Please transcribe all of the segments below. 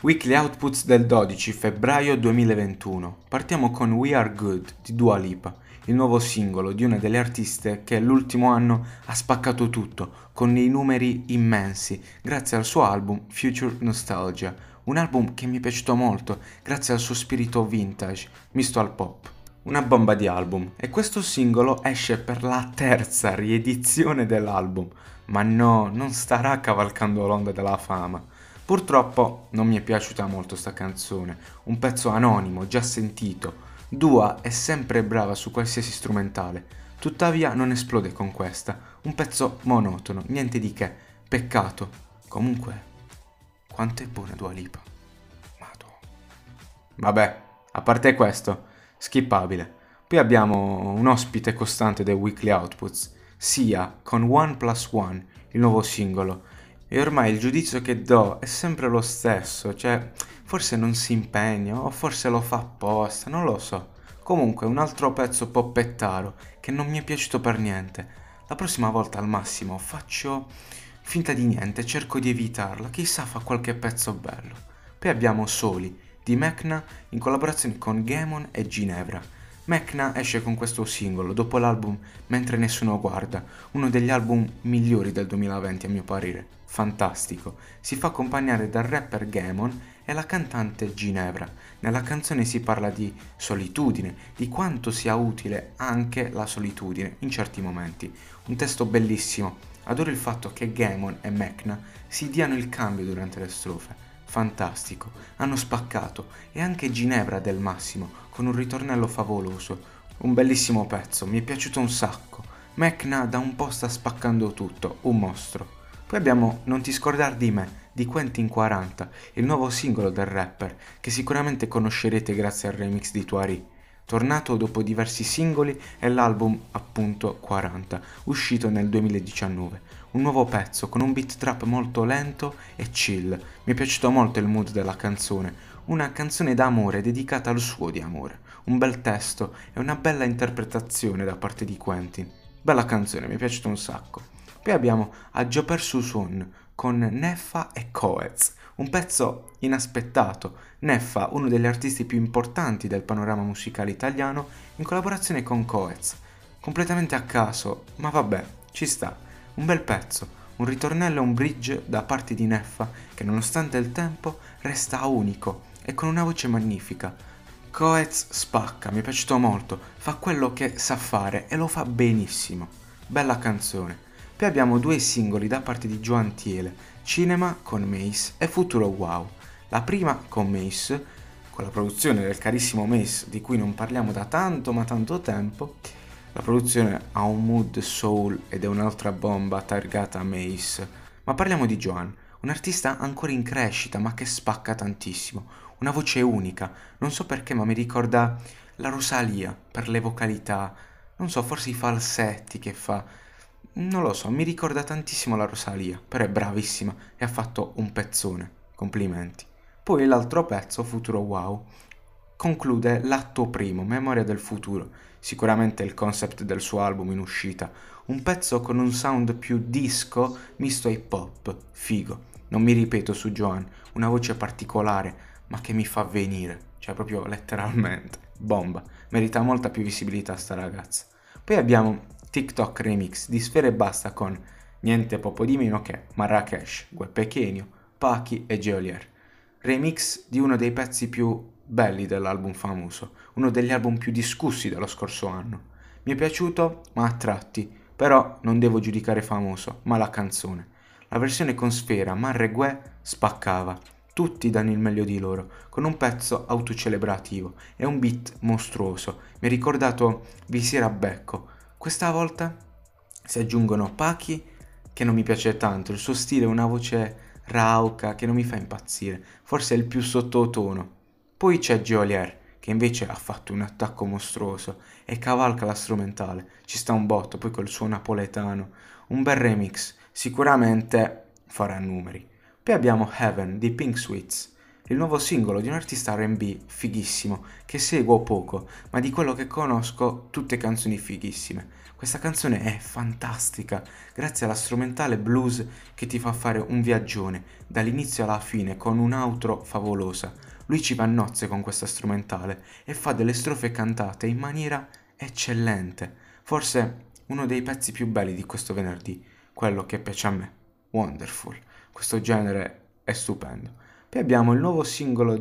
Weekly Outputs del 12 febbraio 2021. Partiamo con We Are Good di Dua Lipa, il nuovo singolo di una delle artiste che l'ultimo anno ha spaccato tutto, con dei numeri immensi, grazie al suo album Future Nostalgia, un album che mi è piaciuto molto, grazie al suo spirito vintage, misto al pop. Una bomba di album, e questo singolo esce per la terza riedizione dell'album, ma no, non starà cavalcando l'onda della fama. Purtroppo non mi è piaciuta molto sta canzone, un pezzo anonimo, già sentito. Dua è sempre brava su qualsiasi strumentale, tuttavia non esplode con questa, un pezzo monotono, niente di che, peccato. Comunque, quanto è buona Dua Lipa. Madò. Vabbè, a parte questo, skippabile. Poi abbiamo un ospite costante dei Weekly Outputs, Sia con One Plus One, il nuovo singolo. E ormai il giudizio che do è sempre lo stesso, cioè forse non si impegna o forse lo fa apposta, non lo so. Comunque un altro pezzo poppettaro che non mi è piaciuto per niente. La prossima volta al massimo faccio finta di niente, cerco di evitarla, chissà fa qualche pezzo bello. Poi abbiamo Soli di Mecna in collaborazione con Gamon e Ginevra. Mecna esce con questo singolo dopo l'album Mentre nessuno guarda, uno degli album migliori del 2020 a mio parere, fantastico. Si fa accompagnare dal rapper Gamon e la cantante Ginevra. Nella canzone si parla di solitudine, di quanto sia utile anche la solitudine in certi momenti. Un testo bellissimo. Adoro il fatto che Gamon e Mecna si diano il cambio durante le strofe. Fantastico, hanno spaccato, e anche Ginevra del massimo, con un ritornello favoloso. Un bellissimo pezzo, mi è piaciuto un sacco. Mecna da un po' sta spaccando tutto, un mostro. Poi abbiamo Non ti scordar di me, di Quentin 40, il nuovo singolo del rapper, che sicuramente conoscerete grazie al remix di Tuari. Tornato dopo diversi singoli è l'album appunto 40, uscito nel 2019. Un nuovo pezzo con un beat trap molto lento e chill. Mi è piaciuto molto il mood della canzone, una canzone d'amore dedicata al suo di amore. Un bel testo e una bella interpretazione da parte di Quentin. Bella canzone, mi è piaciuto un sacco. Poi abbiamo A Gio perso Suon con Neffa e Coez, un pezzo inaspettato. Neffa, uno degli artisti più importanti del panorama musicale italiano, in collaborazione con Coez. Completamente a caso, ma vabbè, ci sta. Un bel pezzo, un ritornello e un bridge da parte di Neffa che nonostante il tempo resta unico e con una voce magnifica. Coez spacca, mi è piaciuto molto, fa quello che sa fare e lo fa benissimo. Bella canzone. Poi abbiamo due singoli da parte di Joan Thiele, Cinema con Mace e Futuro Wow. La prima con Mace, con la produzione del carissimo Mace, di cui non parliamo da tanto ma tanto tempo. La produzione ha un mood soul ed è un'altra bomba targata Mace. Ma parliamo di Joan, un artista ancora in crescita ma che spacca tantissimo, una voce unica, non so perché ma mi ricorda la Rosalia per le vocalità, non so, forse i falsetti che fa, non lo so, mi ricorda tantissimo la Rosalia, però è bravissima e ha fatto un pezzone, complimenti. Poi l'altro pezzo, Futuro Wow, conclude l'atto primo, Memoria del futuro, sicuramente il concept del suo album in uscita, un pezzo con un sound più disco misto a hip hop, figo. Non mi ripeto su Joan, una voce particolare, ma che mi fa venire, cioè proprio letteralmente, bomba, merita molta più visibilità sta ragazza. Poi abbiamo TikTok remix di Sfera e Basta con niente poco di meno che Marrakesh, Gue Pequeno, Pachi e Geolier. Remix di uno dei pezzi più belli dell'album famoso, uno degli album più discussi dello scorso anno. Mi è piaciuto, ma a tratti, però non devo giudicare famoso, ma la canzone. La versione con Sfera, Marregue, spaccava. Tutti danno il meglio di loro, con un pezzo autocelebrativo e un beat mostruoso. Mi ha ricordato Visiera a Becco. Questa volta si aggiungono Pachi, che non mi piace tanto, il suo stile è una voce rauca che non mi fa impazzire, forse è il più sottotono. Poi c'è Geolier, che invece ha fatto un attacco mostruoso e cavalca la strumentale, ci sta un botto, poi col suo napoletano, un bel remix, sicuramente farà numeri. Poi abbiamo Heaven di Pink Sweets, il nuovo singolo di un artista R&B fighissimo, che seguo poco, ma di quello che conosco tutte canzoni fighissime. Questa canzone è fantastica, grazie alla strumentale blues che ti fa fare un viaggione, dall'inizio alla fine, con un'outro favolosa. Lui ci va a nozze con questa strumentale e fa delle strofe cantate in maniera eccellente. Forse uno dei pezzi più belli di questo venerdì, quello che piace a me, Wonderful. Questo genere è stupendo. Poi abbiamo il nuovo singolo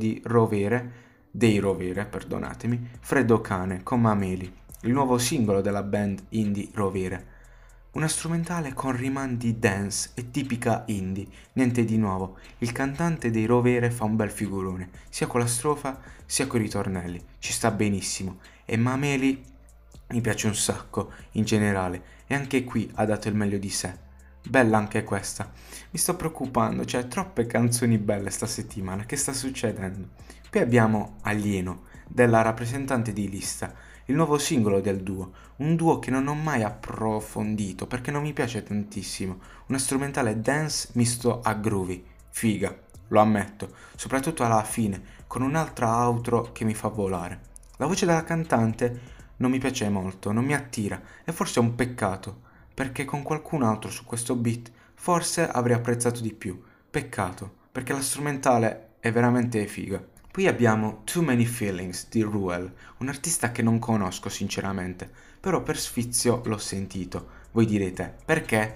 dei Rovere, perdonatemi, Freddo Cane con Mameli, il nuovo singolo della band indie Rovere. Una strumentale con rimandi dance e tipica indie, niente di nuovo. Il cantante dei Rovere fa un bel figurone, sia con la strofa sia con i ritornelli, ci sta benissimo. E Mameli mi piace un sacco, in generale, e anche qui ha dato il meglio di sé. Bella anche questa. Mi sto preoccupando, c'è troppe canzoni belle sta settimana, che sta succedendo? Poi abbiamo Alieno, della rappresentante di lista, il nuovo singolo del duo, un duo che non ho mai approfondito perché non mi piace tantissimo, una strumentale dance misto a groovy, figa, lo ammetto, soprattutto alla fine, con un'altra outro che mi fa volare. La voce della cantante non mi piace molto, non mi attira, e forse è un peccato, perché con qualcun altro su questo beat forse avrei apprezzato di più. Peccato, perché la strumentale è veramente figa. Poi abbiamo Too Many Feelings di Ruel, un artista che non conosco sinceramente, però per sfizio l'ho sentito. Voi direte, perché?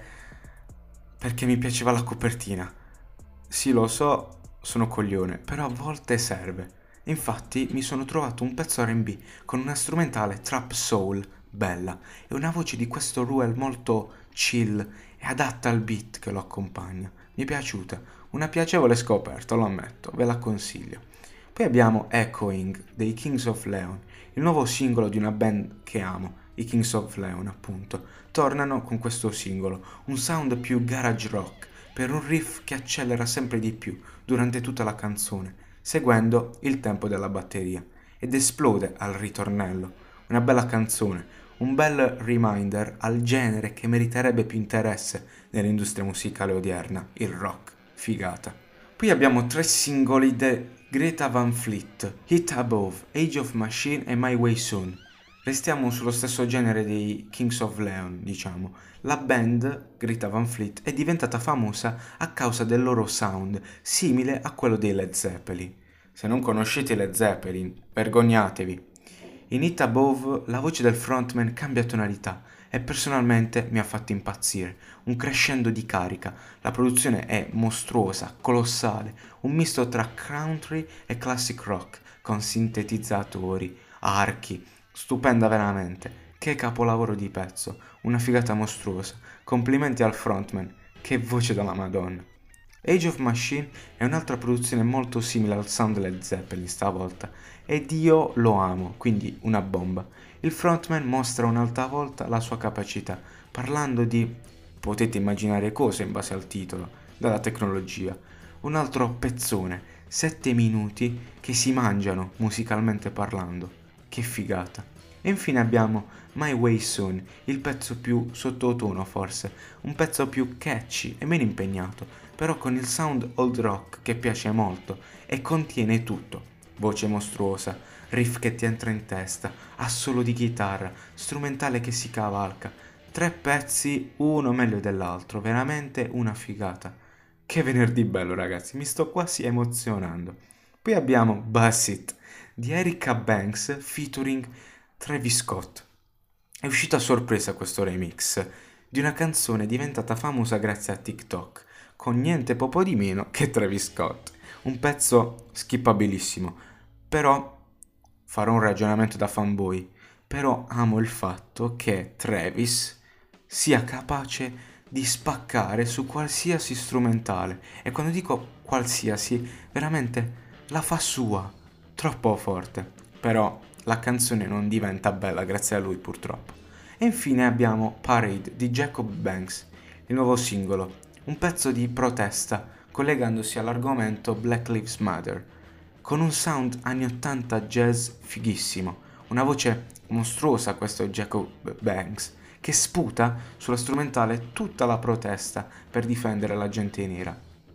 Perché mi piaceva la copertina. Sì, lo so, sono coglione, però a volte serve. Infatti mi sono trovato un pezzo R&B con una strumentale trap soul bella e una voce di questo Ruel molto chill e adatta al beat che lo accompagna. Mi è piaciuta, una piacevole scoperta, lo ammetto, ve la consiglio. Poi abbiamo Echoing dei Kings of Leon, il nuovo singolo di una band che amo, i Kings of Leon appunto. Tornano con questo singolo, un sound più garage rock, per un riff che accelera sempre di più durante tutta la canzone, seguendo il tempo della batteria, ed esplode al ritornello. Una bella canzone, un bel reminder al genere che meriterebbe più interesse nell'industria musicale odierna, il rock. Figata. Poi abbiamo tre singoli di Greta Van Fleet, Hit Above, Age of Machine e My Way Soon. Restiamo sullo stesso genere dei Kings of Leon, diciamo. La band, Greta Van Fleet, è diventata famosa a causa del loro sound, simile a quello dei Led Zeppelin. Se non conoscete i Led Zeppelin, vergognatevi. In It Above la voce del frontman cambia tonalità e personalmente mi ha fatto impazzire. Un crescendo di carica, la produzione è mostruosa, colossale, un misto tra country e classic rock, con sintetizzatori, archi, stupenda veramente. Che capolavoro di pezzo, una figata mostruosa. Complimenti al frontman, che voce della Madonna. Age of Machine è un'altra produzione molto simile al sound Led Zeppelin stavolta, ed io lo amo, quindi una bomba. Il frontman mostra un'altra volta la sua capacità, parlando di, potete immaginare cosa in base al titolo, della tecnologia. Un altro pezzone, 7 minuti che si mangiano musicalmente parlando. Che figata. E infine abbiamo My Way Soon, il pezzo più sottotono forse, un pezzo più catchy e meno impegnato, però con il sound old rock che piace molto e contiene tutto. Voce mostruosa, riff che ti entra in testa, assolo di chitarra, strumentale che si cavalca. Tre pezzi, uno meglio dell'altro, veramente una figata. Che venerdì bello ragazzi, mi sto quasi emozionando. Poi abbiamo Buzz It di Erika Banks featuring Travis Scott. È uscito a sorpresa questo remix di una canzone diventata famosa grazie a TikTok, con niente poco di meno che Travis Scott. Un pezzo skippabilissimo, però farò un ragionamento da fanboy, però amo il fatto che Travis sia capace di spaccare su qualsiasi strumentale, e quando dico qualsiasi, veramente la fa sua, troppo forte, però la canzone non diventa bella grazie a lui purtroppo. E infine abbiamo Parade di Jacob Banks, il nuovo singolo, un pezzo di protesta collegandosi all'argomento Black Lives Matter, con un sound anni 80 jazz fighissimo, una voce mostruosa questo Jacob Banks, che sputa sulla strumentale tutta la protesta per difendere la gente nera.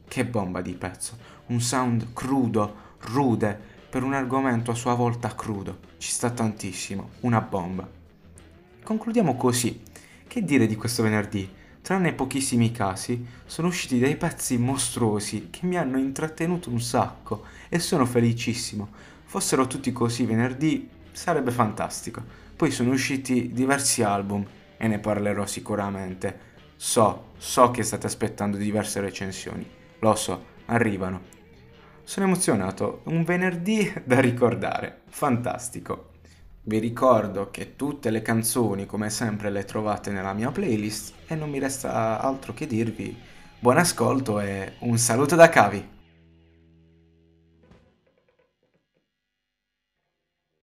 Che bomba di pezzo, un sound crudo, rude, per un argomento a sua volta crudo. Ci sta tantissimo, una bomba. Concludiamo così. Che dire di questo venerdì? Tranne pochissimi casi, sono usciti dei pezzi mostruosi che mi hanno intrattenuto un sacco e sono felicissimo. Fossero tutti così venerdì, sarebbe fantastico. Poi sono usciti diversi album e ne parlerò sicuramente. So che state aspettando diverse recensioni. Lo so, arrivano. Sono emozionato, un venerdì da ricordare. Fantastico. Vi ricordo che tutte le canzoni, come sempre, le trovate nella mia playlist e non mi resta altro che dirvi buon ascolto e un saluto da Cavi.